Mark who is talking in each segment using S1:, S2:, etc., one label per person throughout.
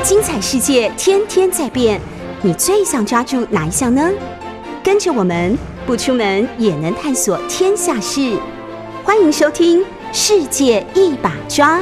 S1: 精彩世界天天在变，你最想抓住哪一项呢？跟着我们不出门也能探索天下事，欢迎收听《世界一把抓》。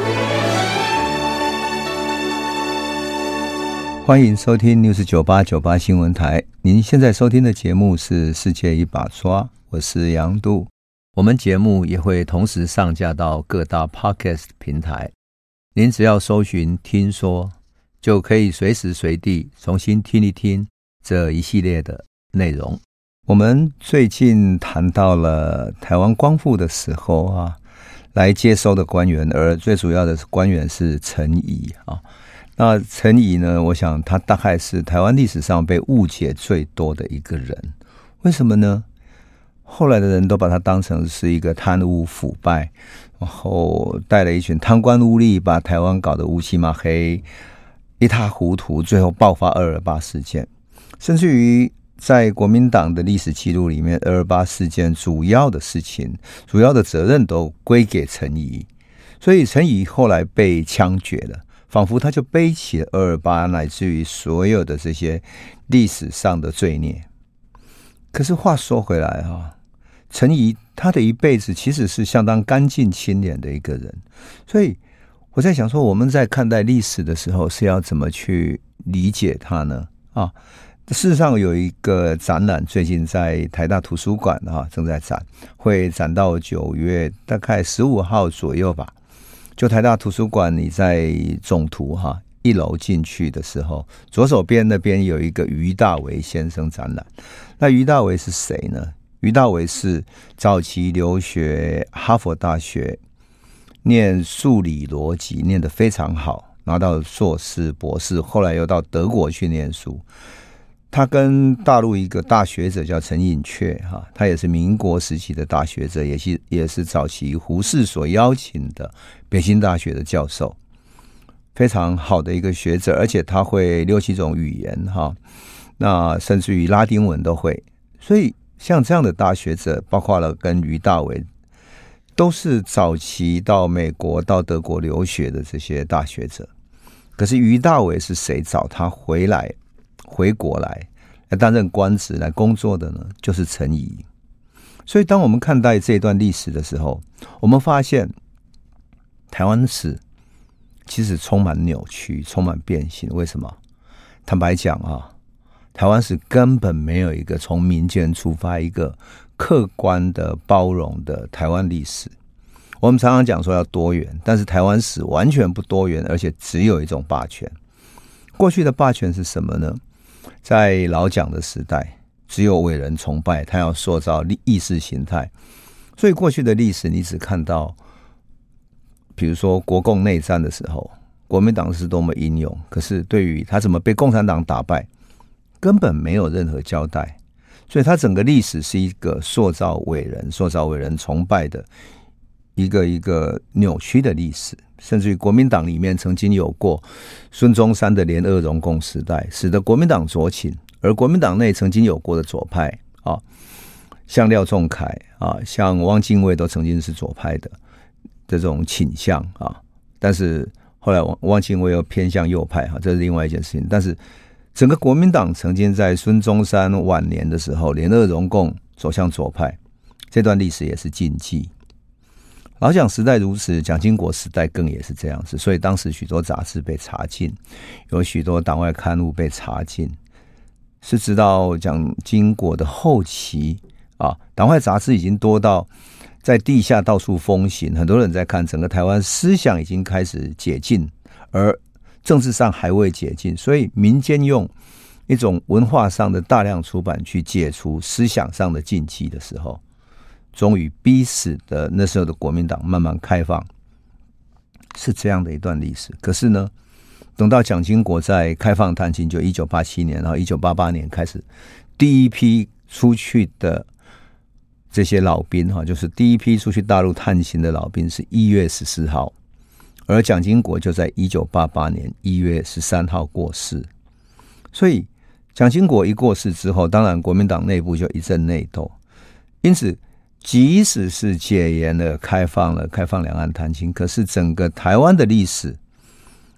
S2: 欢迎收听 News9898 新闻台，您现在收听的节目是《世界一把抓》，我是杨度。我们节目也会同时上架到各大 Podcast 平台，您只要搜寻听说，就可以随时随地重新听一听这一系列的内容。我们最近谈到了台湾光复的时候来接收的官员，而最主要的官员是陈仪那陈仪呢，我想他大概是台湾历史上被误解最多的一个人。为什么呢？后来的人都把他当成是一个贪污腐败，然后带了一群贪官污吏，把台湾搞得乌漆嘛黑，一塌糊涂，最后爆发228事件。甚至于在国民党的历史记录里面，228事件主要的事情、主要的责任都归给陈仪，所以陈仪后来被枪决了，仿佛他就背起了228乃至于所有的这些历史上的罪孽。可是话说回来陈仪他的一辈子其实是相当干净清廉的一个人，所以我在想说，我们在看待历史的时候是要怎么去理解它呢？事实上有一个展览，最近在台大图书馆正在展，会展到9月大概15号左右吧。就台大图书馆，你在总图1楼进去的时候，左手边那边有一个于大为先生展览。那于大为是谁呢？于大为是早期留学哈佛大学，念数理逻辑，念得非常好，拿到硕士博士，后来又到德国去念书。他跟大陆一个大学者叫陈寅恪他也是民国时期的大学者，也是早期胡适所邀请的北京大学的教授，非常好的一个学者，而且他会6、7种语言那甚至于拉丁文都会。所以像这样的大学者，包括了跟于大为，都是早期到美国到德国留学的这些大学者。可是于大为是谁找他回国来担任官职来工作的呢？就是陈仪。所以当我们看待这段历史的时候，我们发现台湾史其实充满扭曲，充满变形。为什么？坦白讲台湾史根本没有一个从民间出发，一个客观的包容的台湾历史。我们常常讲说要多元，但是台湾史完全不多元，而且只有一种霸权。过去的霸权是什么呢？在老蒋的时代，只有伟人崇拜，他要塑造意识形态，所以过去的历史你只看到，比如说国共内战的时候，国民党是多么英勇，可是对于他怎么被共产党打败，根本没有任何交代。所以他整个历史是一个塑造伟人崇拜的一个扭曲的历史。甚至于国民党里面曾经有过孙中山的联俄容共时代，使得国民党左倾，而国民党内曾经有过的左派像廖仲恺像汪精卫都曾经是左派的这种倾向但是后来汪精卫又偏向右派这是另外一件事情。但是整个国民党曾经在孙中山晚年的时候联俄容共走向左派，这段历史也是禁忌。老蒋时代如此，蒋经国时代更也是这样子，所以当时许多杂志被查禁，有许多党外刊物被查禁，是直到蒋经国的后期党外杂志已经多到在地下到处风行，很多人在看，整个台湾思想已经开始解禁，而政治上还未解禁，所以民间用一种文化上的大量出版去解除思想上的禁忌的时候，终于逼使的那时候的国民党慢慢开放，是这样的一段历史。可是呢，等到蒋经国在开放探亲，就1987年，然后1988年开始，第一批出去的这些老兵就是第一批出去大陆探亲的老兵是1月14号，而蒋经国就在1988年1月13号过世。所以蒋经国一过世之后，当然国民党内部就一阵内斗。因此即使是解严了，开放两岸探亲，可是整个台湾的历史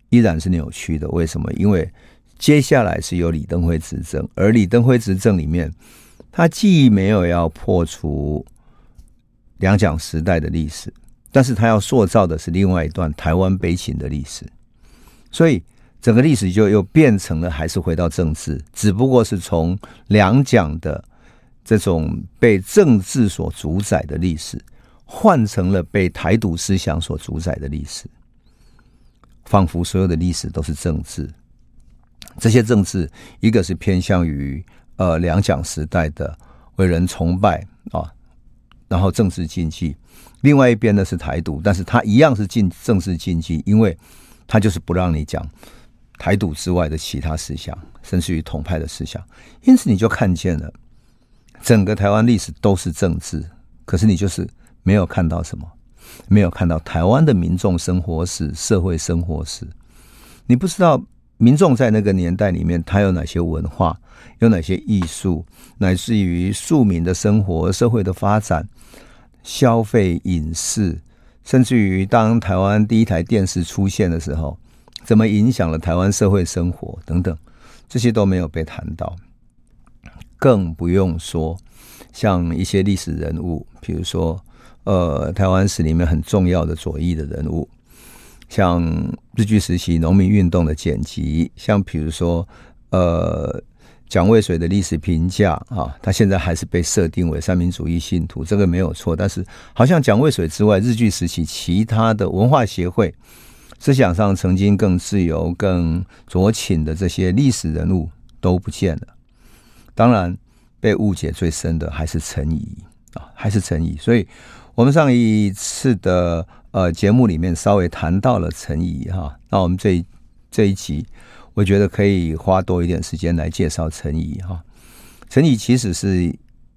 S2: 依然是扭曲的。为什么？因为接下来是由李登辉执政，而李登辉执政里面，他既没有要破除两蒋时代的历史，但是他要塑造的是另外一段台湾悲情的历史，所以整个历史就又变成了还是回到政治，只不过是从两蒋的这种被政治所主宰的历史，换成了被台独思想所主宰的历史，仿佛所有的历史都是政治。这些政治，一个是偏向于两蒋时代的为人崇拜啊，然后政治禁忌；另外一边呢是台独，但是它一样是政治禁忌，因为它就是不让你讲台独之外的其他思想，甚至于统派的思想。因此你就看见了整个台湾历史都是政治，可是你就是没有看到什么，没有看到台湾的民众生活史、社会生活史。你不知道民众在那个年代里面，他有哪些文化，有哪些艺术，乃至于庶民的生活、社会的发展、消费、影视，甚至于当台湾第一台电视出现的时候，怎么影响了台湾社会生活等等，这些都没有被谈到。更不用说像一些历史人物，比如说台湾史里面很重要的左翼的人物，像日据时期农民运动的剪辑，像比如说蒋渭水的历史评价啊，他现在还是被设定为三民主义信徒，这个没有错。但是好像蒋渭水之外，日据时期其他的文化协会思想上曾经更自由、更左倾的这些历史人物都不见了。当然，被误解最深的还是陈仪啊，还是陈仪。所以我们上一次的节目里面稍微谈到了陈仪哈，那我们这一集，我觉得可以花多一点时间来介绍陈仪哈。陈仪其实是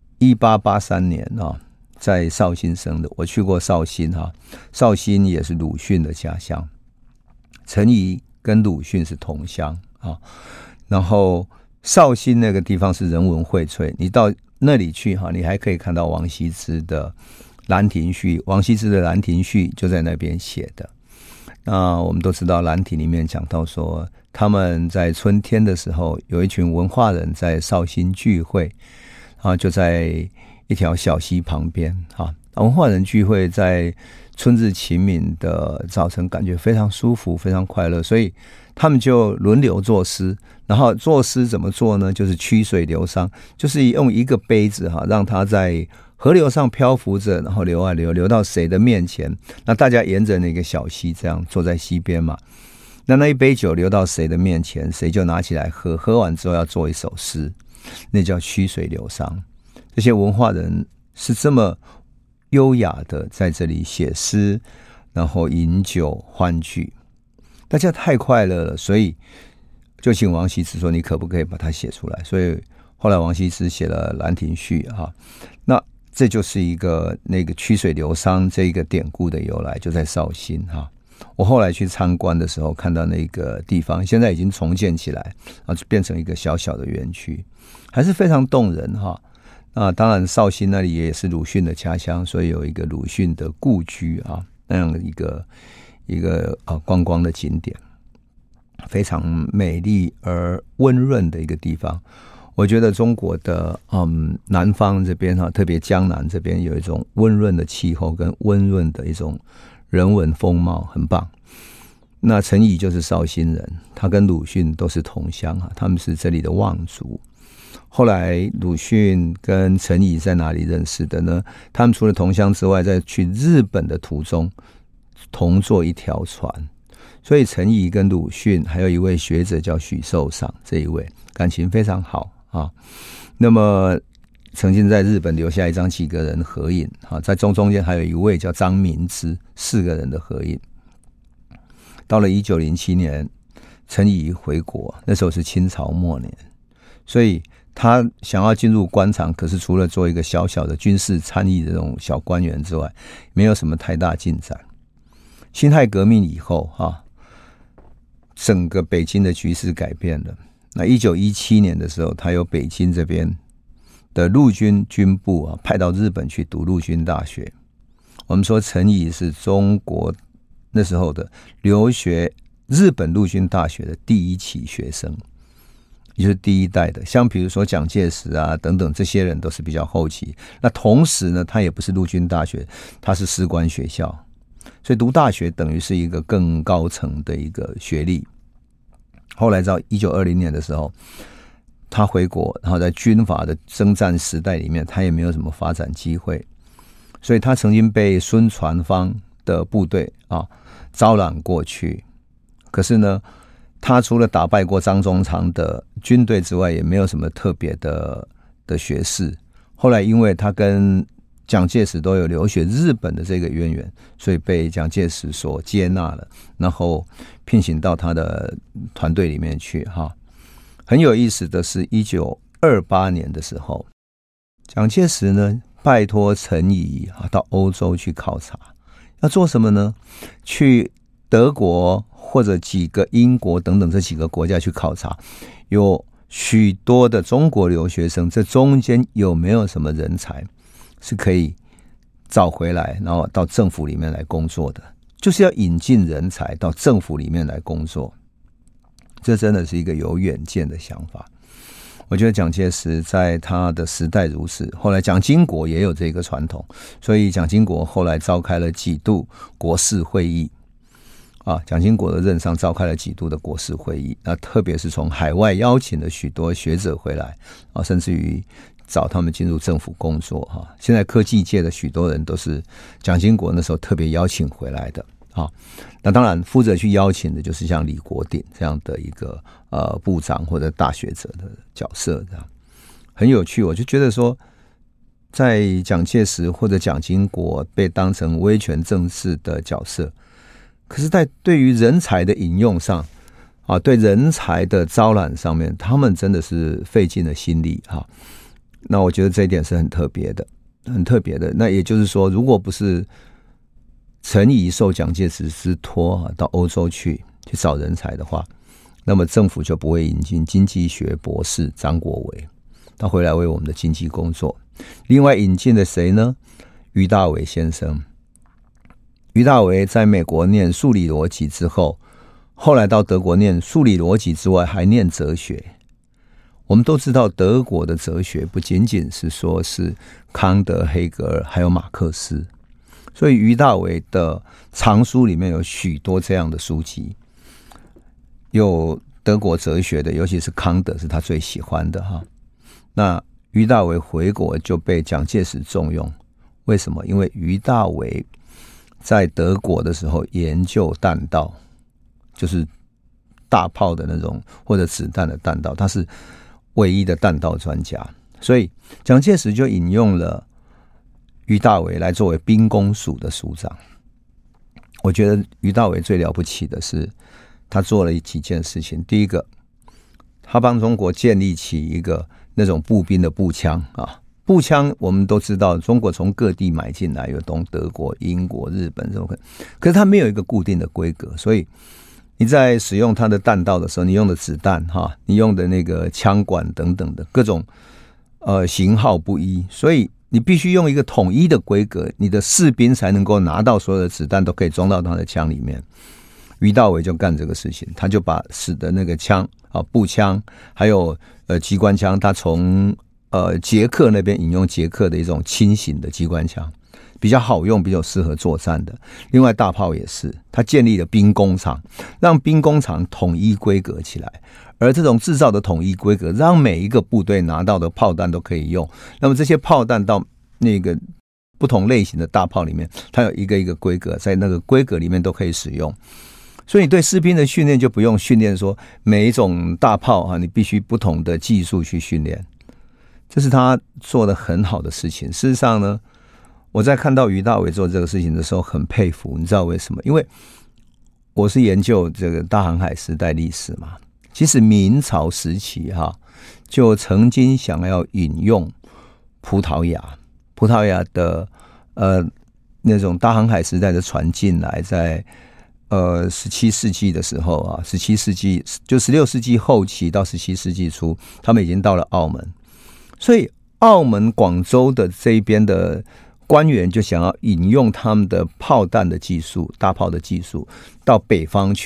S2: 1883年啊，在绍兴生的。我去过绍兴哈，绍兴也是鲁迅的家乡。陈仪跟鲁迅是同乡啊，然后绍兴那个地方是人文荟萃，你到那里去哈，你还可以看到王羲之的《兰亭序》，王羲之的《兰亭序》就在那边写的。那我们都知道，《兰亭》里面讲到说，他们在春天的时候，有一群文化人在绍兴聚会，啊，就在一条小溪旁边啊。文化人聚会在春日晴明的早晨，感觉非常舒服，非常快乐，所以他们就轮流作诗。然后作诗怎么做呢？就是曲水流觞，就是用一个杯子哈，让它在河流上漂浮着，然后流啊流，流到谁的面前，那大家沿着那个小溪这样坐在溪边嘛，那一杯酒流到谁的面前，谁就拿起来喝，喝完之后要做一首诗，那叫曲水流觞。这些文化人是这么优雅的在这里写诗，然后饮酒欢聚，大家太快乐了，所以就请王羲之说，你可不可以把它写出来？所以后来王羲之写了《兰亭序》哈，那这就是一个那个曲水流觞这一个典故的由来，就在绍兴哈。我后来去参观的时候，看到那个地方现在已经重建起来，就变成一个小小的园区，还是非常动人哈。那当然，绍兴那里也是鲁迅的家乡，所以有一个鲁迅的故居啊，那样的一个观光的景点。非常美丽而温润的一个地方，我觉得中国的南方这边特别江南这边有一种温润的气候跟温润的一种人文风貌，很棒。那陈仪就是绍兴人，他跟鲁迅都是同乡他们是这里的望族。后来鲁迅跟陈仪在哪里认识的呢？他们除了同乡之外，在去日本的途中同坐一条船。所以陈仪跟鲁迅还有一位学者叫许寿裳，这一位感情非常好啊。那么曾经在日本留下一张几个人合影啊，在中间还有一位叫张明之，4个人的合影。到了1907年，陈仪回国，那时候是清朝末年，所以他想要进入官场，可是除了做一个小小的军事参议的这种小官员之外，没有什么太大进展。辛亥革命以后整个北京的局势改变了。那1917年的时候，他由北京这边的陆军军部派到日本去读陆军大学。我们说陈仪是中国那时候的留学日本陆军大学的第一期学生，也就是第一代的，像比如说蒋介石啊等等，这些人都是比较后期。那同时呢，他也不是陆军大学，他是士官学校，所以读大学等于是一个更高层的一个学历。后来到1920年的时候，他回国，然后在军阀的征战时代里面，他也没有什么发展机会，所以他曾经被孙传芳的部队招揽过去。可是呢，他除了打败过张宗昌的军队之外，也没有什么特别的学识。后来因为他跟蒋介石都有留学日本的这个渊源，所以被蒋介石所接纳了，然后聘请到他的团队里面去很有意思的是1928年的时候，蒋介石呢拜托陈仪到欧洲去考察，要做什么呢？去德国或者几个英国等等这几个国家去考察，有许多的中国留学生，这中间有没有什么人才是可以找回来，然后到政府里面来工作的，就是要引进人才到政府里面来工作。这真的是一个有远见的想法。我觉得蒋介石在他的时代如此，后来蒋经国也有这个传统，所以蒋经国后来召开了几度国事会议蒋经国的任上召开了几度的国事会议，那特别是从海外邀请了许多学者回来甚至于找他们进入政府工作现在科技界的许多人都是蒋经国那时候特别邀请回来的那当然负责去邀请的就是像李国鼎这样的一个部长或者大学者的角色，这样很有趣。我就觉得说，在蒋介石或者蒋经国被当成威权政治的角色，可是在对于人才的引用上对人才的招揽上面，他们真的是费尽了心力那我觉得这一点是很特别的，很特别的。那也就是说，如果不是陈仪受蒋介石之托到欧洲去找人才的话，那么政府就不会引进经济学博士张国维，他回来为我们的经济工作。另外引进的谁呢？俞大维先生。俞大维在美国念数理逻辑之后，后来到德国念数理逻辑之外还念哲学。我们都知道德国的哲学不仅仅是说是康德、黑格尔还有马克思，所以俞大维的藏书里面有许多这样的书籍，有德国哲学的，尤其是康德是他最喜欢的那俞大维回国就被蒋介石重用，为什么？因为俞大维在德国的时候研究弹道，就是大炮的那种或者子弹的弹道，他是唯一的弹道专家，所以蒋介石就引用了俞大维来作为兵工署的署长。我觉得俞大维最了不起的是他做了几件事情。第一个，他帮中国建立起一个那种步兵的步枪步枪我们都知道中国从各地买进来，有从德国、英国、日本这种，可是它没有一个固定的规格，所以你在使用它的弹道的时候，你用的子弹你用的那个枪管等等的各种型号不一，所以你必须用一个统一的规格，你的士兵才能够拿到所有的子弹都可以装到他的枪里面。俞大维就干这个事情，他就把使得那个枪步枪还有机关枪，他从捷克那边引用捷克的一种轻型的机关枪，比较好用，比较适合作战的。另外大炮也是，他建立了兵工厂，让兵工厂统一规格起来，而这种制造的统一规格让每一个部队拿到的炮弹都可以用，那么这些炮弹到那个不同类型的大炮里面，它有一个一个规格，在那个规格里面都可以使用。所以你对士兵的训练就不用训练说每一种大炮你必须不同的技术去训练，这是他做的很好的事情。事实上呢，我在看到俞大维做这个事情的时候很佩服，你知道为什么？因为我是研究这个大航海时代历史嘛，其实明朝时期就曾经想要引用葡萄牙的那种大航海时代的船进来，在17世纪的时候17世纪就16世纪后期到17世纪初，他们已经到了澳门，所以澳门广州的这边的官员就想要引用他们的炮弹的技术，大炮的技术到北方去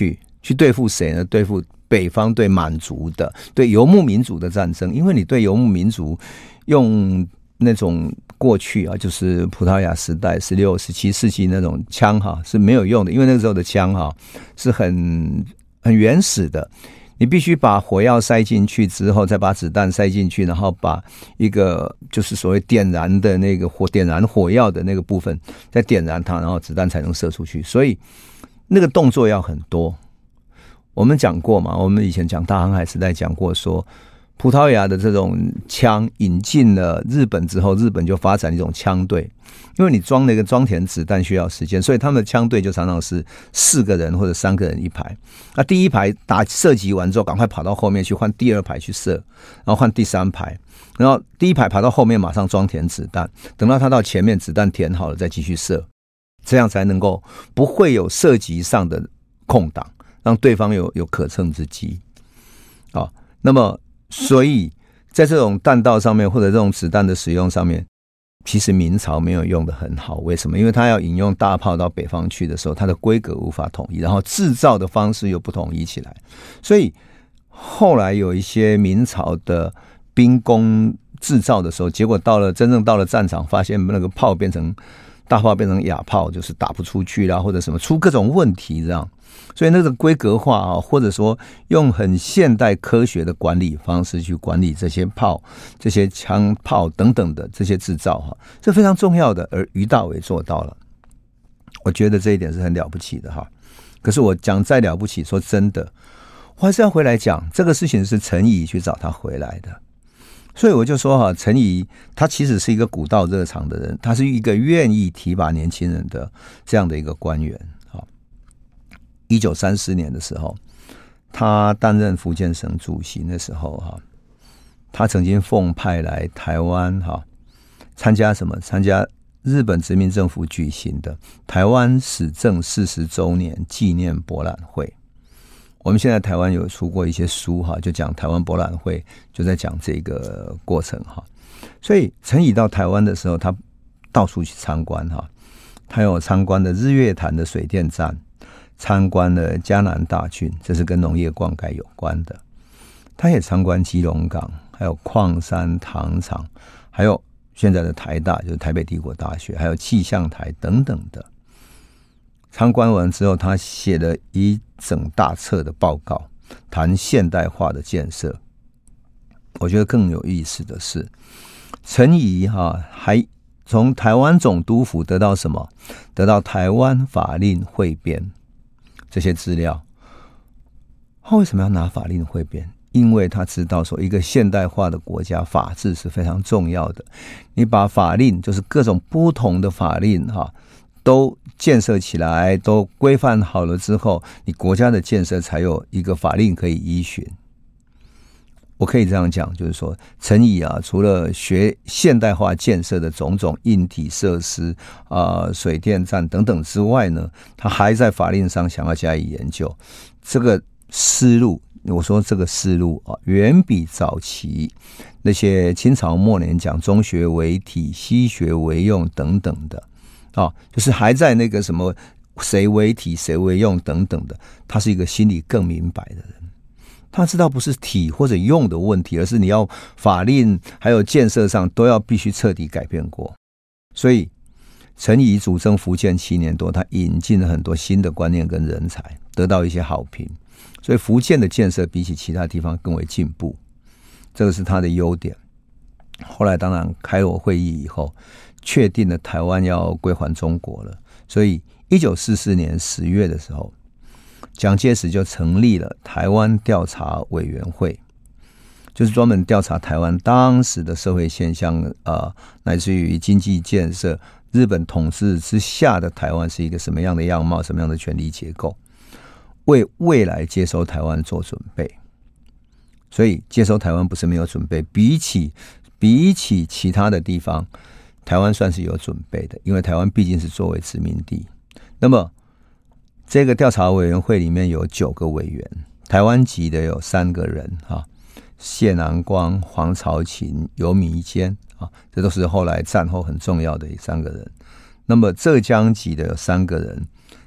S2: 去对付谁呢？对付北方对满族的、对游牧民族的战争。因为你对游牧民族用那种过去啊，就是葡萄牙时代16、17世纪那种枪哈是没有用的，因为那个时候的枪哈是很原始的。你必须把火药塞进去之后，再把子弹塞进去，然后把一个就是所谓点燃的那个点燃火药的那个部分再点燃它，然后子弹才能射出去。所以那个动作要很多。我们讲过嘛，我们以前讲大航海时代讲过说，葡萄牙的这种枪引进了日本之后，日本就发展一种枪队，因为你装那个装填子弹需要时间，所以他们的枪队就常常是4个人或者3个人一排。那第一排射击完之后，赶快跑到后面去换第2排去射，然后换第3排，然后第一排跑到后面马上装填子弹，等到他到前面子弹填好了再继续射，这样才能够不会有射击上的空档，让对方有可乘之机。好，那么所以在这种弹道上面或者这种子弹的使用上面，其实明朝没有用得很好。为什么？因为他要引用大炮到北方去的时候，它的规格无法统一，然后制造的方式又不统一起来，所以后来有一些明朝的兵工制造的时候，结果真正到了战场，发现那个炮大炮变成哑炮，就是打不出去啦，或者什么出各种问题这样。所以那个规格化啊，或者说用很现代科学的管理方式去管理这些炮、这些枪炮等等的这些制造哈，这非常重要的。而俞大维做到了，我觉得这一点是很了不起的哈。可是我讲再了不起，说真的，我还是要回来讲这个事情是陈仪去找他回来的。所以我就说哈，陈仪他其实是一个古道热肠的人，他是一个愿意提拔年轻人的这样的一个官员。1934年的时候，他担任福建省主席的时候哈，他曾经奉派来台湾哈，参加什么？参加日本殖民政府举行的台湾始政40周年纪念博览会。我们现在台湾有出过一些书哈，就讲台湾博览会，就在讲这个过程哈。所以陈仪到台湾的时候，他到处去参观哈，他有参观的日月潭的水电站，参观了嘉南大郡，这是跟农业灌溉有关的。他也参观基隆港，还有矿山糖厂，还有现在的台大，就是台北帝国大学，还有气象台等等的。参观完之后，他写了一整大册的报告，谈现代化的建设。我觉得更有意思的是，陈仪还从台湾总督府得到什么？得到台湾法令汇编这些资料。他为什么要拿法令汇编？因为他知道说，一个现代化的国家，法治是非常重要的。你把法令，就是各种不同的法令都建设起来，都规范好了之后，你国家的建设才有一个法令可以依循。我可以这样讲，就是说陈仪除了学现代化建设的种种硬体设施水电站等等之外呢，他还在法令上想要加以研究。这个思路，我说这个思路远比早期那些清朝末年讲中学为体、西学为用等等的就是还在那个什么谁为体谁为用等等的，他是一个心里更明白的人。他知道不是体或者用的问题，而是你要法令还有建设上都要必须彻底改变过。所以陈仪主政福建7年多，他引进了很多新的观念跟人才，得到一些好评。所以福建的建设比起其他地方更为进步，这个是他的优点。后来当然开罗会议以后，确定了台湾要归还中国了，所以1944年10月的时候，蒋介石就成立了台湾调查委员会，就是专门调查台湾当时的社会现象乃至于经济建设，日本统治之下的台湾是一个什么样的样貌，什么样的权力结构，为未来接收台湾做准备。所以接收台湾不是没有准备，比起其他的地方，台湾算是有准备的，因为台湾毕竟是作为殖民地。那么这个调查委员会里面有9个委员，台湾籍的有3个人谢南光、黄朝琴、游弥坚这都是后来战后很重要的3个人。那么浙江籍的有3个人，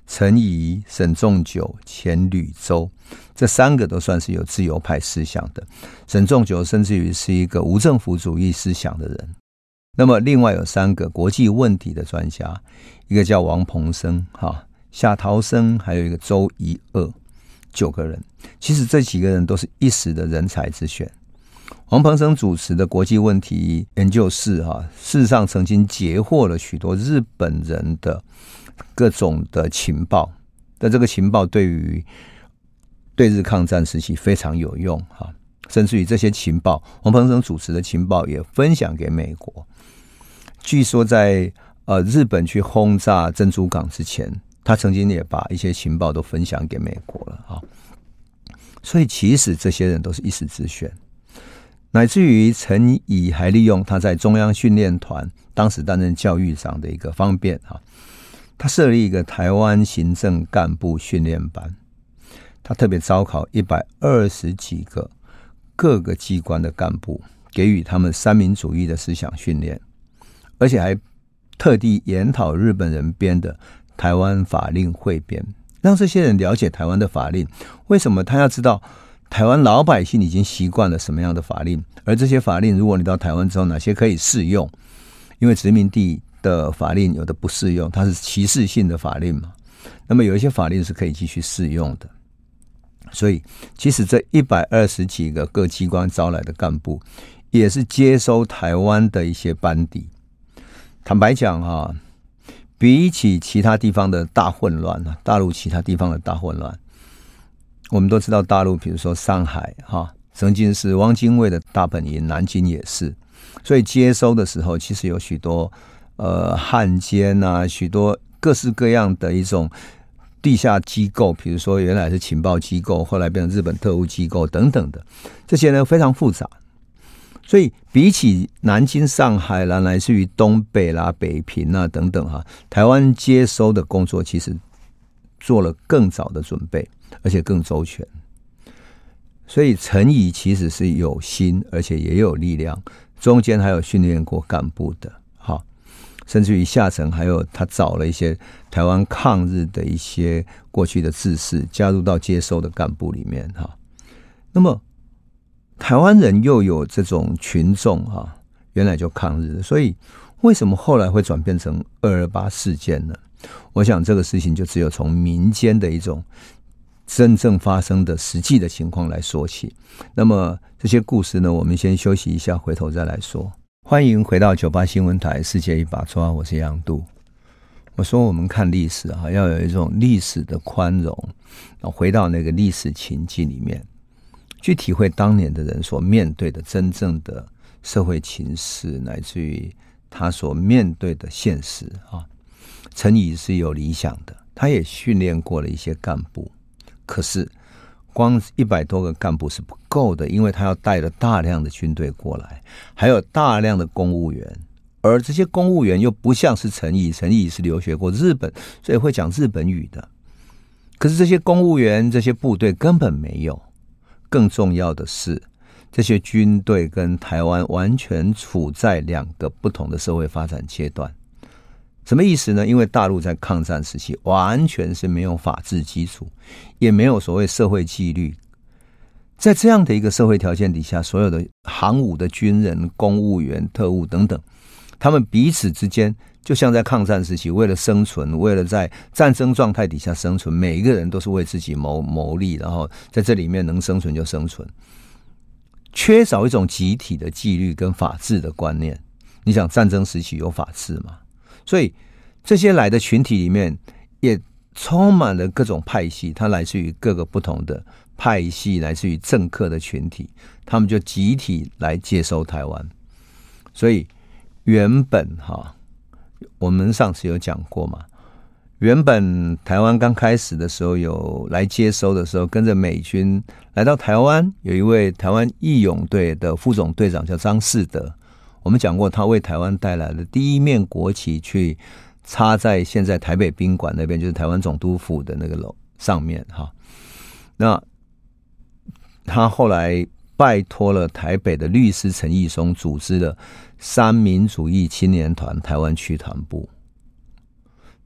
S2: 陈仪、沈仲九、钱履洲，这3个都算是有自由派思想的。沈仲九甚至于是一个无政府主义思想的人。那么另外有3个国际问题的专家，一个叫王鹏生、夏陶生，还有一个周一鄂，9个人。其实这几个人都是一时的人才之选。王鹏生主持的国际问题研究室事实上曾经截获了许多日本人的各种的情报，但这个情报对日抗战时期非常有用，甚至于这些情报，王鹏生主持的情报也分享给美国。据说在日本去轰炸珍珠港之前，他曾经也把一些情报都分享给美国了。所以其实这些人都是一时之选。乃至于陈仪还利用他在中央训练团当时担任教育长的一个方便，他设立一个台湾行政干部训练班，他特别招考120几个各个机关的干部，给予他们三民主义的思想训练，而且还特地研讨日本人编的台湾法令汇编，让这些人了解台湾的法令。为什么他要知道台湾老百姓已经习惯了什么样的法令，而这些法令如果你到台湾之后哪些可以适用，因为殖民地的法令有的不适用，它是歧视性的法令嘛，那么有一些法令是可以继续适用的。所以其实这120几个各机关招来的干部也是接收台湾的一些班底。坦白讲比起其他地方的大混乱，大陆其他地方的大混乱，我们都知道大陆比如说上海曾经是汪精卫的大本营，南京也是，所以接收的时候其实有许多汉奸许多各式各样的一种地下机构，比如说原来是情报机构，后来变成日本特务机构等等的，这些呢非常复杂。所以比起南京、上海啦，乃至于东北啦、北平等等台湾接收的工作其实做了更早的准备，而且更周全。所以陈仪其实是有心，而且也有力量，中间还有训练过干部的，甚至于下层还有他找了一些台湾抗日的一些过去的志士加入到接收的干部里面。那么台湾人又有这种群众原来就抗日，所以为什么后来会转变成228事件呢？我想这个事情就只有从民间的一种真正发生的实际的情况来说起。那么这些故事呢，我们先休息一下，回头再来说。欢迎回到98新闻台世界一把抓，我是杨度。我说我们看历史要有一种历史的宽容，回到那个历史情境里面去体会当年的人所面对的真正的社会情势，乃至于他所面对的现实。陈仪是有理想的，他也训练过了一些干部，可是光100多个干部是不够的，因为他要带了大量的军队过来，还有大量的公务员，而这些公务员又不像是陈仪是留学过日本，所以会讲日本语的。可是这些公务员、这些部队根本没有。更重要的是，这些军队跟台湾完全处在2个不同的社会发展阶段。什么意思呢？因为大陆在抗战时期完全是没有法治基础，也没有所谓社会纪律。在这样的一个社会条件底下，所有的航武的军人、公务员、特务等等，他们彼此之间就像在抗战时期，为了生存，为了在战争状态底下生存，每一个人都是为自己谋利，然后在这里面能生存就生存，缺少一种集体的纪律跟法治的观念。你想战争时期有法治吗？所以这些来的群体里面也充满了各种派系，它来自于各个不同的派系，来自于政客的群体，他们就集体来接收台湾。所以原本我们上次有讲过嘛，原本台湾刚开始的时候，有来接收的时候，跟着美军来到台湾，有一位台湾义勇队的副总队长叫张士德。我们讲过，他为台湾带来了第一面国旗，去插在现在台北宾馆那边，就是台湾总督府的那个楼上面。那他后来拜托了台北的律师陈义松，组织了三民主义青年团台湾区团部。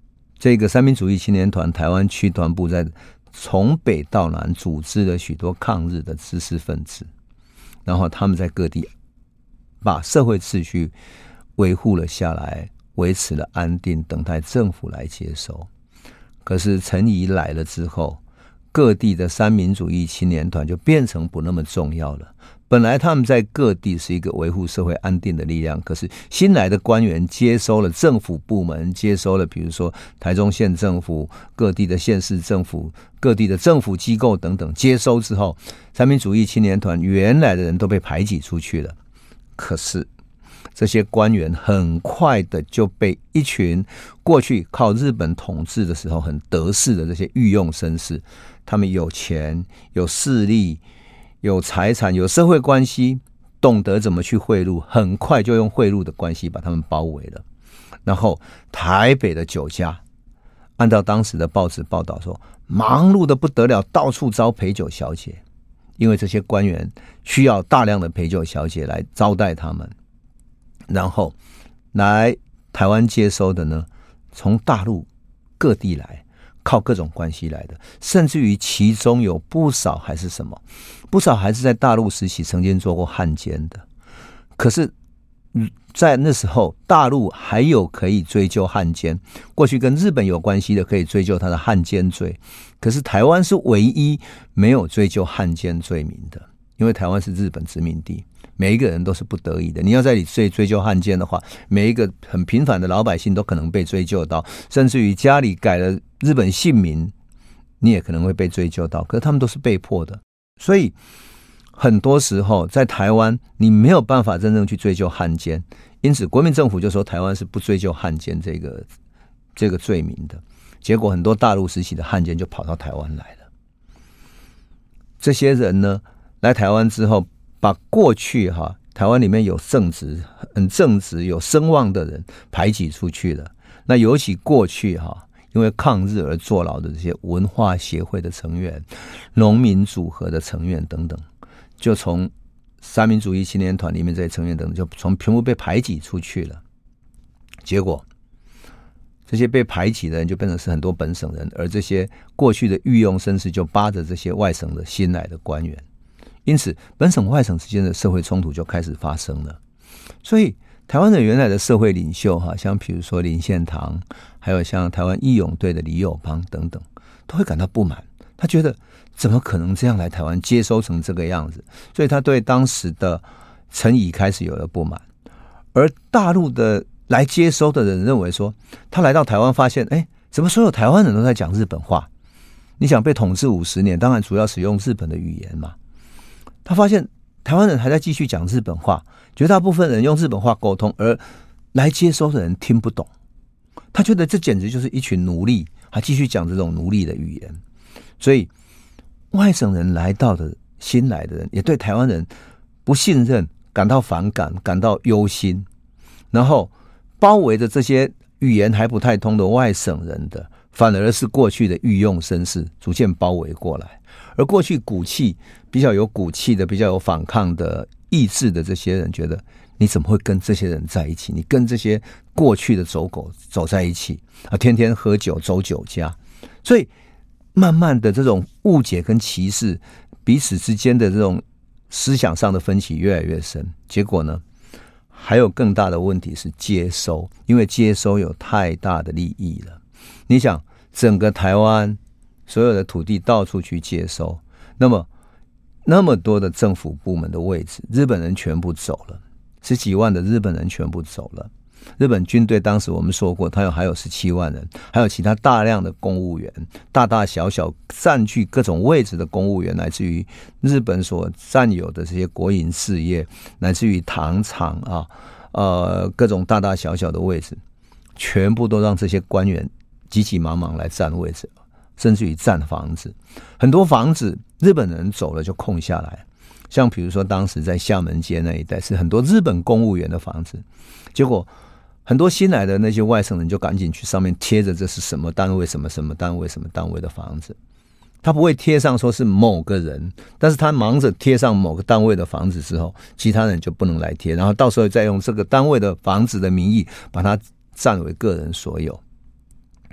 S2: 这个三民主义青年团台湾区团部在从北到南组织了许多抗日的知识分子，然后他们在各地把社会秩序维护了下来，维持了安定，等待政府来接收。可是陈仪来了之后，各地的三民主义青年团就变成不那么重要了。本来他们在各地是一个维护社会安定的力量，可是新来的官员接收了政府部门，接收了比如说台中县政府、各地的县市政府、各地的政府机构等等，接收之后，三民主义青年团原来的人都被排挤出去了。可是这些官员很快的就被一群过去靠日本统治的时候很得势的这些御用绅士，他们有钱、有势力、有财产、有社会关系，懂得怎么去贿赂，很快就用贿赂的关系把他们包围了。然后台北的酒家，按照当时的报纸报道说，忙碌的不得了，到处招陪酒小姐，因为这些官员需要大量的陪酒小姐来招待他们。然后来台湾接收的呢，从大陆各地来，靠各种关系来的，甚至于其中有不少还是什么，不少还是在大陆时期曾经做过汉奸的。可是在那时候大陆还有可以追究汉奸，过去跟日本有关系的可以追究他的汉奸罪，可是台湾是唯一没有追究汉奸罪名的，因为台湾是日本殖民地，每一个人都是不得已的。你要在你追究汉奸的话，每一个很平凡的老百姓都可能被追究到，甚至于家里改了日本姓名，你也可能会被追究到。可是他们都是被迫的，所以很多时候在台湾你没有办法真正去追究汉奸，因此国民政府就说台湾是不追究汉奸这个罪名的。结果很多大陆时期的汉奸就跑到台湾来了。这些人呢来台湾之后，把过去台湾里面有很正直有声望的人排挤出去了。那尤其过去因为抗日而坐牢的这些文化协会的成员、农民组合的成员等等，就从三民主义青年团里面这些成员等等，就从全部被排挤出去了。结果这些被排挤的人就变成是很多本省人，而这些过去的御用绅士就扒着这些外省的新来的官员，因此本省外省之间的社会冲突就开始发生了。所以台湾的原来的社会领袖像比如说林献堂，还有像台湾义勇队的李友邦等等，都会感到不满。他觉得怎么可能这样来台湾接收成这个样子，所以他对当时的陈仪开始有了不满。而大陆的来接收的人认为说，他来到台湾发现怎么所有台湾人都在讲日本话，你想被统治50年，当然主要使用日本的语言嘛。他发现台湾人还在继续讲日本话，绝大部分人用日本话沟通，而来接收的人听不懂。他觉得这简直就是一群奴隶，还继续讲这种奴隶的语言。所以外省人来到的新来的人也对台湾人不信任，感到反感，感到忧心，然后包围着这些语言还不太通的外省人的，反而是过去的御用绅士逐渐包围过来。而过去比较有骨气的、比较有反抗的意志的这些人觉得，你怎么会跟这些人在一起？你跟这些过去的走狗走在一起天天喝酒走酒家。所以慢慢的这种误解跟歧视，彼此之间的这种思想上的分歧越来越深。结果呢，还有更大的问题是接收，因为接收有太大的利益了。你想整个台湾所有的土地到处去接收，那么多的政府部门的位置，日本人全部走了，10几万的日本人全部走了。日本军队当时我们说过，还有17万人，还有其他大量的公务员，大大小小占据各种位置的公务员，来自于日本所占有的这些国营事业，来自于糖厂各种大大小小的位置，全部都让这些官员急急忙忙来占位置，甚至于占房子。很多房子日本人走了就空下来，像比如说当时在厦门街那一带是很多日本公务员的房子，结果很多新来的那些外省人就赶紧去上面贴着这是什么单位什么什么单位什么单位的房子。他不会贴上说是某个人，但是他忙着贴上某个单位的房子之后，其他人就不能来贴，然后到时候再用这个单位的房子的名义把它占为个人所有。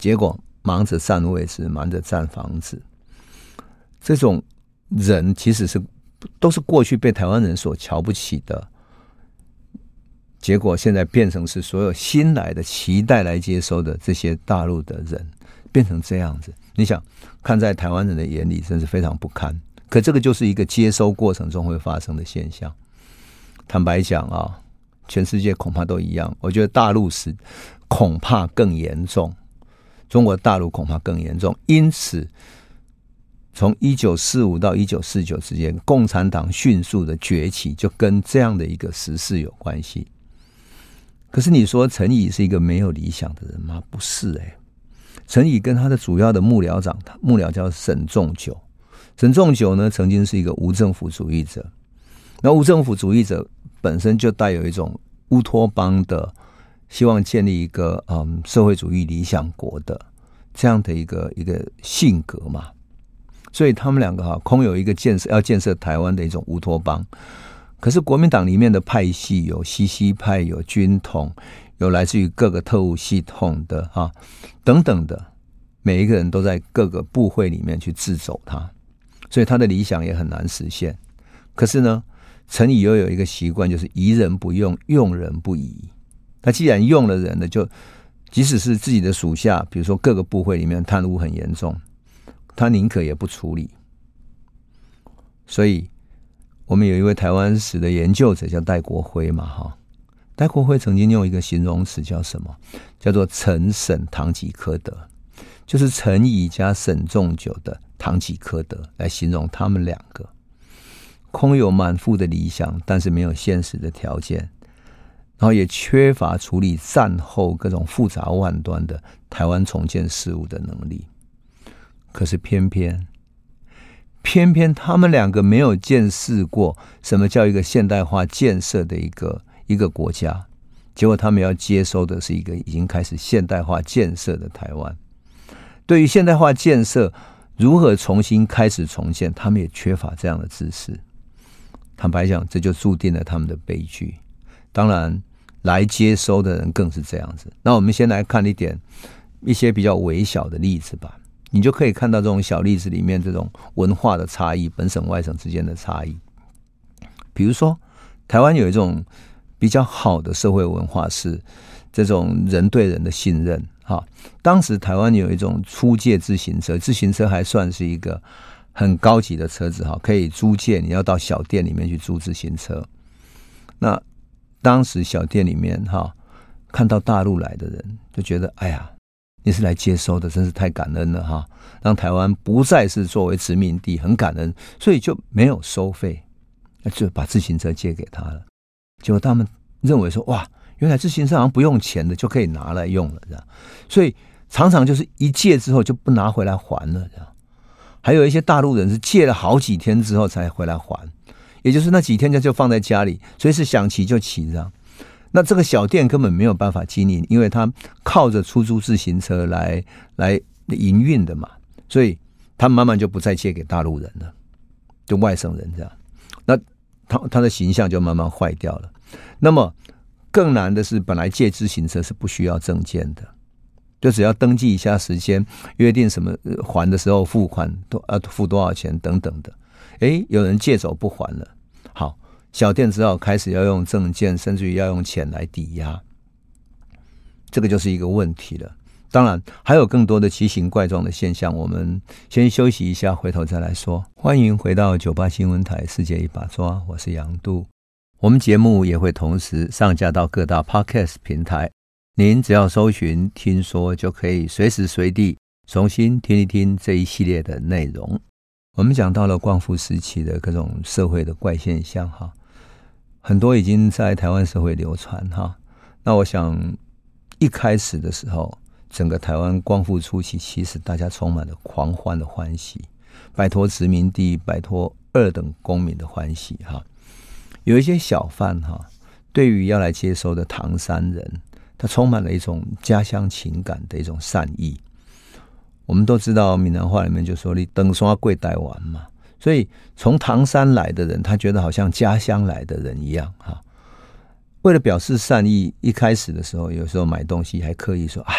S2: 结果忙着占位置，忙着占房子。这种人其实都是过去被台湾人所瞧不起的，结果现在变成是所有新来的期待来接收的这些大陆的人变成这样子。你想看在台湾人的眼里真是非常不堪，可这个就是一个接收过程中会发生的现象。坦白讲啊，全世界恐怕都一样，我觉得大陆是恐怕更严重，中国大陆恐怕更严重。因此从1945到1949之间，共产党迅速的崛起就跟这样的一个时事有关系。可是你说陈仪是一个没有理想的人吗？不是陈仪跟他的主要的幕僚长，幕僚叫沈仲九。沈仲九呢，曾经是一个无政府主义者。那无政府主义者本身就带有一种乌托邦的，希望建立一个社会主义理想国的这样的一个性格嘛。所以他们两个空有一个要建设台湾的一种乌托邦。可是国民党里面的派系有西西派，有军统，有来自于各个特务系统的等等的，每一个人都在各个部会里面去自走他，所以他的理想也很难实现。可是呢，陈仪又有一个习惯，就是疑人不用，用人不疑。他既然用了人了，就即使是自己的属下，比如说各个部会里面贪污很严重，他宁可也不处理。所以我们有一位台湾史的研究者叫戴国辉嘛，戴国辉曾经用一个形容词叫什么？叫做陈沈堂吉诃德，就是陈仪加沈仲九的堂吉诃德来形容他们两个。空有满腹的理想，但是没有现实的条件，然后也缺乏处理战后各种复杂万端的台湾重建事务的能力。可是偏偏他们两个没有见识过什么叫一个现代化建设的一个国家，结果他们要接收的是一个已经开始现代化建设的台湾。对于现代化建设如何重新开始重建，他们也缺乏这样的知识。坦白讲，这就注定了他们的悲剧。当然来接收的人更是这样子。那我们先来看一些比较微小的例子吧，你就可以看到这种小例子里面这种文化的差异，本省外省之间的差异。比如说台湾有一种比较好的社会文化，是这种人对人的信任。当时台湾有一种租借自行车，自行车还算是一个很高级的车子，可以租借，你要到小店里面去租自行车。那当时小店里面看到大陆来的人就觉得，哎呀，你是来接收的，真是太感恩了让台湾不再是作为殖民地，很感恩，所以就没有收费，就把自行车借给他了。结果他们认为说，哇，原来自行车好像不用钱的就可以拿来用了，这样，所以常常就是一借之后就不拿回来还了，这样。还有一些大陆人是借了好几天之后才回来还，也就是那几天就放在家里，随时想骑就骑这样。那这个小店根本没有办法经营，因为他靠着出租自行车来营运的嘛，所以他慢慢就不再借给大陆人了，就外省人这样。那他的形象就慢慢坏掉了。那么更难的是，本来借自行车是不需要证件的，就只要登记一下时间，约定什么还的时候付款付多少钱等等的。有人借走不还了，好，小店只好开始要用证件，甚至于要用钱来抵押，这个就是一个问题了。当然还有更多的奇形怪状的现象，我们先休息一下，回头再来说。欢迎回到98新闻台世界一把抓，我是杨度。我们节目也会同时上架到各大 Podcast 平台，您只要搜寻听说，就可以随时随地重新听一听这一系列的内容。我们讲到了光复时期的各种社会的怪现象很多已经在台湾社会流传那我想一开始的时候，整个台湾光复初期，其实大家充满了狂欢的欢喜，摆脱殖民地，摆脱二等公民的欢喜有一些小贩对于要来接收的唐山人，他充满了一种家乡情感的一种善意。我们都知道闽南话里面就说你登山过台湾嘛，所以从唐山来的人，他觉得好像家乡来的人一样为了表示善意，一开始的时候有时候买东西还刻意说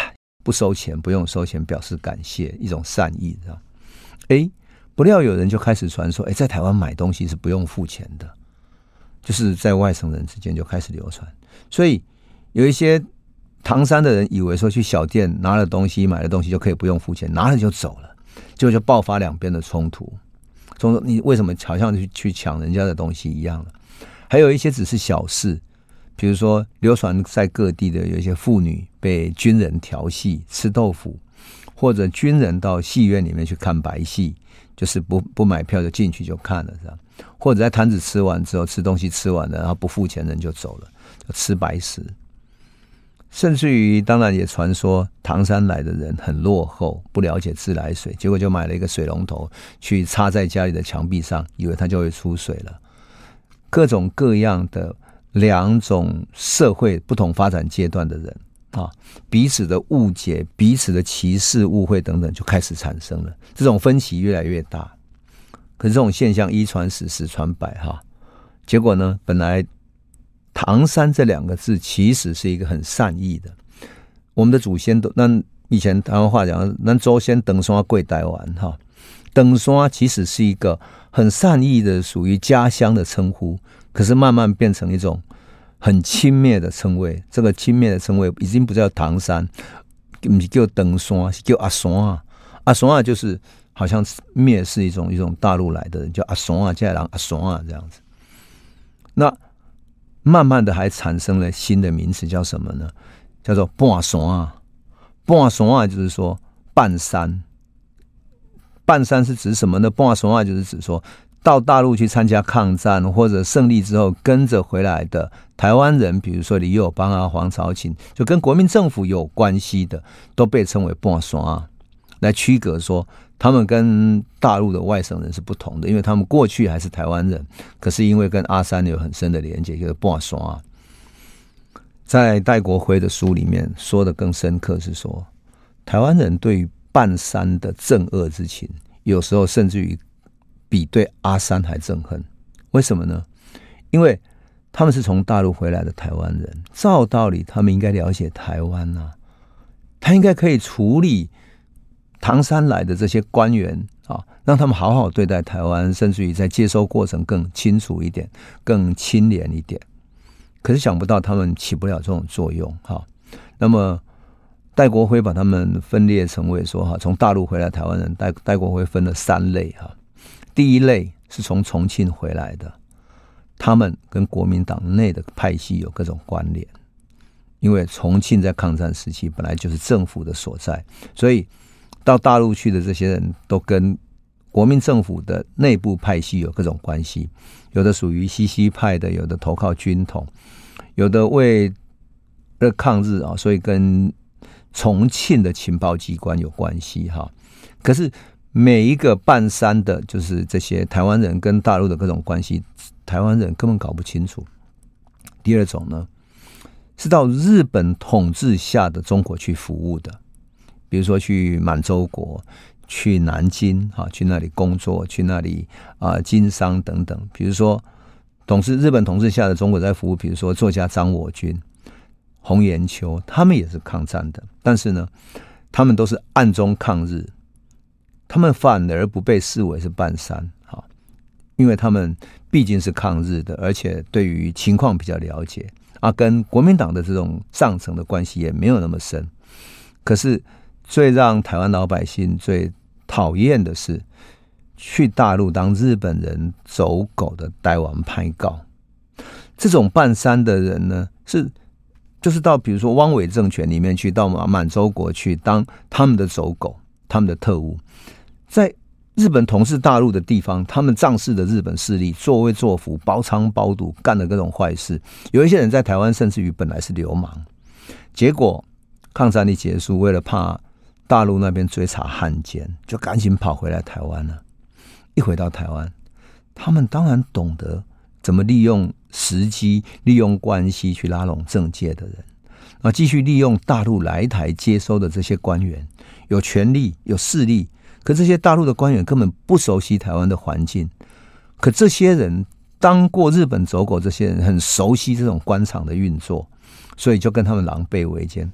S2: 不收钱，不用收钱，表示感谢，一种善意。不料有人就开始传说，在台湾买东西是不用付钱的，就是在外省人之间就开始流传。所以有一些唐山的人以为说去小店拿了东西买了东西就可以不用付钱，拿了就走了，结果就爆发两边的冲突。你为什么好像去抢人家的东西一样了？还有一些只是小事，比如说流传在各地的有一些妇女被军人调戏吃豆腐，或者军人到戏院里面去看白戏，就是不买票就进去就看了这样，或者在摊子吃完之后吃东西吃完了，然后不付钱人就走了，就吃白食。甚至于当然也传说唐山来的人很落后，不了解自来水，结果就买了一个水龙头去插在家里的墙壁上，以为它就会出水了。各种各样的两种社会不同发展阶段的人彼此的误解、彼此的歧视、误会等等就开始产生了，这种分歧越来越大。可是这种现象一传十，十传百结果呢，本来唐山这两个字其实是一个很善意的，我们的祖先都以前台湾话讲，咱祖先登山过台湾登山其实是一个很善意的属于家乡的称呼，可是慢慢变成一种很轻蔑的称谓。这个轻蔑的称谓已经不叫唐山，不是叫登山，是叫阿山阿山就是好像蔑视一种大陆来的人，叫阿山这样人阿山这样子。那慢慢的还产生了新的名词，叫什么呢？叫做半山半山就是说半山。半山是指什么呢？半山就是指说到大陆去参加抗战或者胜利之后跟着回来的台湾人，比如说李友邦黄朝琴，就跟国民政府有关系的，都被称为半山来区隔说他们跟大陆的外省人是不同的，因为他们过去还是台湾人，可是因为跟阿三有很深的连结，就是半山在戴国辉的书里面说的更深刻，是说台湾人对于半山的憎恶之情，有时候甚至于比对阿三还憎恨。为什么呢？因为他们是从大陆回来的台湾人，照道理他们应该了解台湾他应该可以处理唐山来的这些官员让他们好好对待台湾，甚至于在接收过程更清楚一点，更清廉一点。可是想不到他们起不了这种作用那么戴国辉把他们分裂成为说从大陆回来台湾人，戴国辉分了3类第一类是从重庆回来的，他们跟国民党内的派系有各种关联，因为重庆在抗战时期本来就是政府的所在，所以到大陆去的这些人都跟国民政府的内部派系有各种关系，有的属于西西派的，有的投靠军统，有的为了抗日所以跟重庆的情报机关有关系可是每一个半山的就是这些台湾人跟大陆的各种关系，台湾人根本搞不清楚。第二种呢，是到日本统治下的中国去服务的，比如说去满洲国，去南京去那里工作，去那里经商等等。比如说日本统治下的中国在服务，比如说作家张我军、洪炎秋，他们也是抗战的，但是呢他们都是暗中抗日，他们反而不被视为是半山因为他们毕竟是抗日的，而且对于情况比较了解跟国民党的这种上层的关系也没有那么深。可是最让台湾老百姓最讨厌的是去大陆当日本人走狗的台湾派告。这种半山的人呢，就是到比如说汪伪政权里面去，到满洲国去当他们的走狗，他们的特务。在日本统治大陆的地方，他们仗势的日本势力作威作福，包娼包赌，干了各种坏事。有一些人在台湾甚至于本来是流氓，结果抗战一结束，为了怕大陆那边追查汉奸，就赶紧跑回来台湾了。一回到台湾，他们当然懂得怎么利用时机、利用关系去拉拢政界的人，继续利用大陆来台接收的这些官员，有权力、有势力。可这些大陆的官员根本不熟悉台湾的环境，可这些人当过日本走狗，这些人很熟悉这种官场的运作，所以就跟他们狼狈为奸。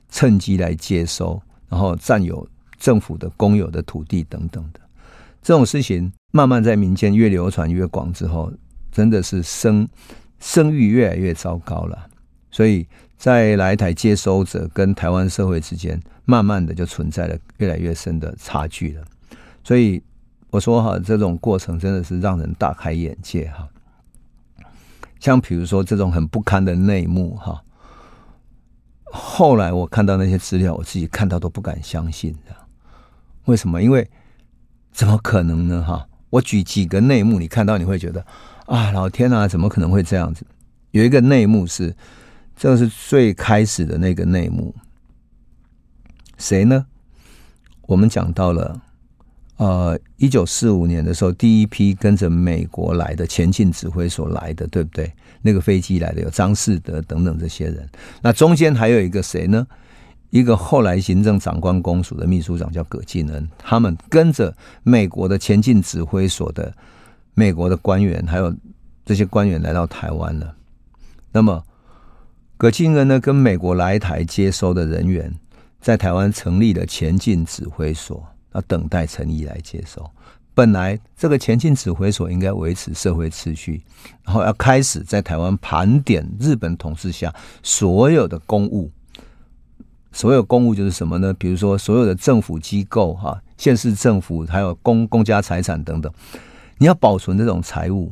S2: 趁机来接收，然后占有政府的公有的土地等等的。这种事情慢慢在民间越流传越广之后，真的是声誉越来越糟糕了。所以在来台接收者跟台湾社会之间，慢慢的就存在了越来越深的差距了。所以我说这种过程真的是让人大开眼界像比如说这种很不堪的内幕后来我看到那些资料，我自己看到都不敢相信为什么？因为怎么可能呢我举几个内幕，你看到你会觉得老天啊，怎么可能会这样子？有一个内幕是，这是最开始的那个内幕，谁呢？我们讲到了1945年的时候，第一批跟着美国来的前进指挥所来的，对不对？那个飞机来的有张士德等等这些人。那中间还有一个谁呢？一个后来行政长官公署的秘书长叫葛敬恩，他们跟着美国的前进指挥所的美国的官员，还有这些官员来到台湾了。那么葛敬恩呢，跟美国来台接收的人员，在台湾成立了前进指挥所，要等待陈仪来接收。本来这个前进指挥所应该维持社会秩序，然后要开始在台湾盘点日本统治下所有的公务。所有公务就是什么呢？比如说所有的政府机构县市政府还有公家财产等等，你要保存这种财物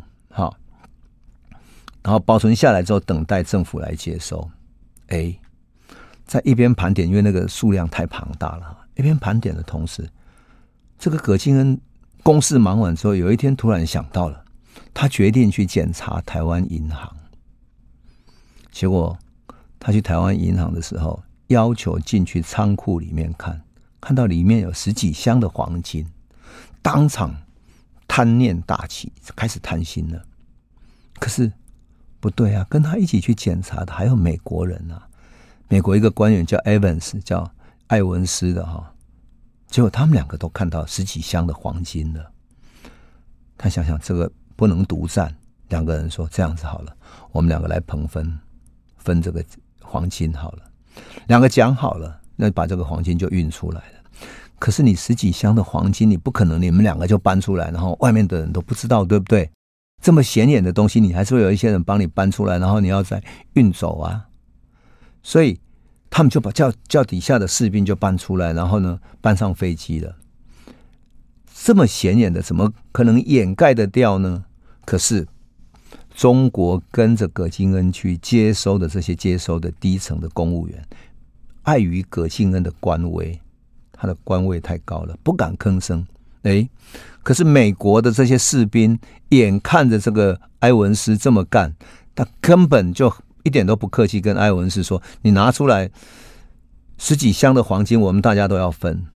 S2: 然后保存下来之后等待政府来接收。在一边盘点，因为那个数量太庞大了，一边盘点的同时，这个葛敬恩公事忙完之后，有一天突然想到了，他决定去检查台湾银行。结果他去台湾银行的时候，要求进去仓库里面看到里面有10几箱的黄金，当场贪念大起，开始贪心了。可是不对跟他一起去检查的还有美国人美国一个官员叫 Evans， 叫艾文斯的结果他们两个都看到10几箱的黄金了。他想想这个不能独占，两个人说这样子好了，我们两个来平分这个黄金好了。两个讲好了，那把这个黄金就运出来了。可是你10几箱的黄金，你不可能你们两个就搬出来，然后外面的人都不知道，对不对？这么显眼的东西，你还是会有一些人帮你搬出来，然后你要再运走所以他们就把叫底下的士兵就搬出来，然后呢搬上飞机了。这么显眼的，怎么可能掩盖得掉呢？可是中国跟着葛敬恩去接收的这些接收的低层的公务员，碍于葛敬恩的官威，他的官位太高了，不敢吭声。可是美国的这些士兵眼看着这个埃文斯这么干，他根本就一点都不客气，跟埃文斯说，你拿出来10几箱的黄金，我们大家都要分。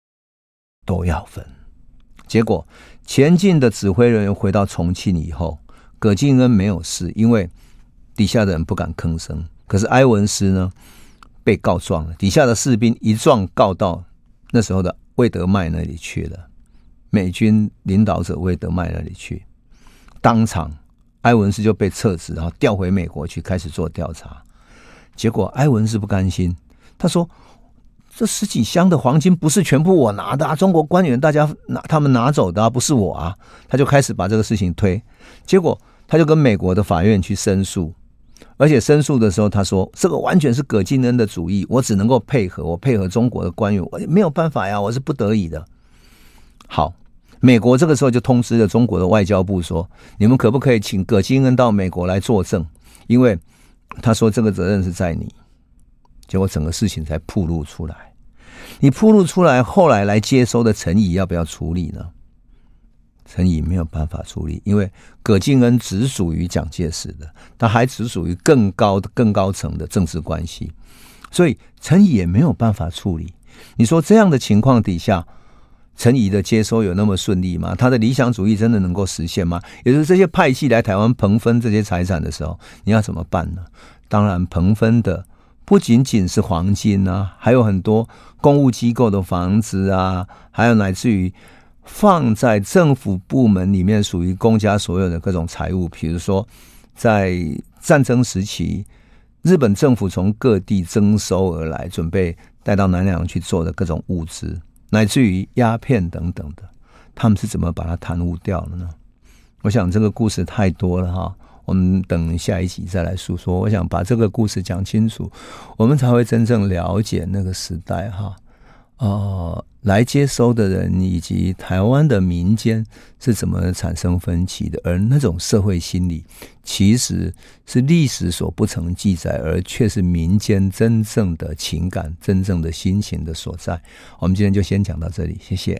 S2: 结果前进的指挥人员回到重庆以后，葛敬恩没有事，因为底下的人不敢吭声。可是埃文斯呢被告状了，底下的士兵一状告到那时候的魏德迈那里去了，美军领导者魏德迈那里去，当场埃文斯就被撤职，然后调回美国去开始做调查。结果埃文斯不甘心，他说这10几箱的黄金不是全部我拿的中国官员大家他们拿走的不是我他就开始把这个事情推。结果他就跟美国的法院去申诉，而且申诉的时候他说这个完全是葛敬恩的主意，我只能够配合，我配合中国的官员，我没有办法我是不得已的。好，美国这个时候就通知了中国的外交部说，你们可不可以请葛敬恩到美国来作证，因为他说这个责任是在你。结果整个事情才暴露出来。你暴露出来，后来来接收的陈仪要不要处理呢？陈仪没有办法处理，因为葛敬恩只属于蒋介石的，他还只属于更高层的政治关系，所以陈仪也没有办法处理。你说这样的情况底下，陈仪的接收有那么顺利吗？他的理想主义真的能够实现吗？也就是这些派系来台湾平分这些财产的时候，你要怎么办呢？当然平分的不仅仅是黄金还有很多公务机构的房子还有乃至于放在政府部门里面属于公家所有的各种财物。比如说在战争时期，日本政府从各地征收而来，准备带到南洋去做的各种物资，乃至于鸦片等等的，他们是怎么把它贪污掉的呢？我想这个故事太多了哈，我们等下一集再来诉说。我想把这个故事讲清楚，我们才会真正了解那个时代哈。来接收的人以及台湾的民间是怎么产生分歧的，而那种社会心理其实是历史所不曾记载，而却是民间真正的情感、真正的心情的所在。我们今天就先讲到这里，谢谢。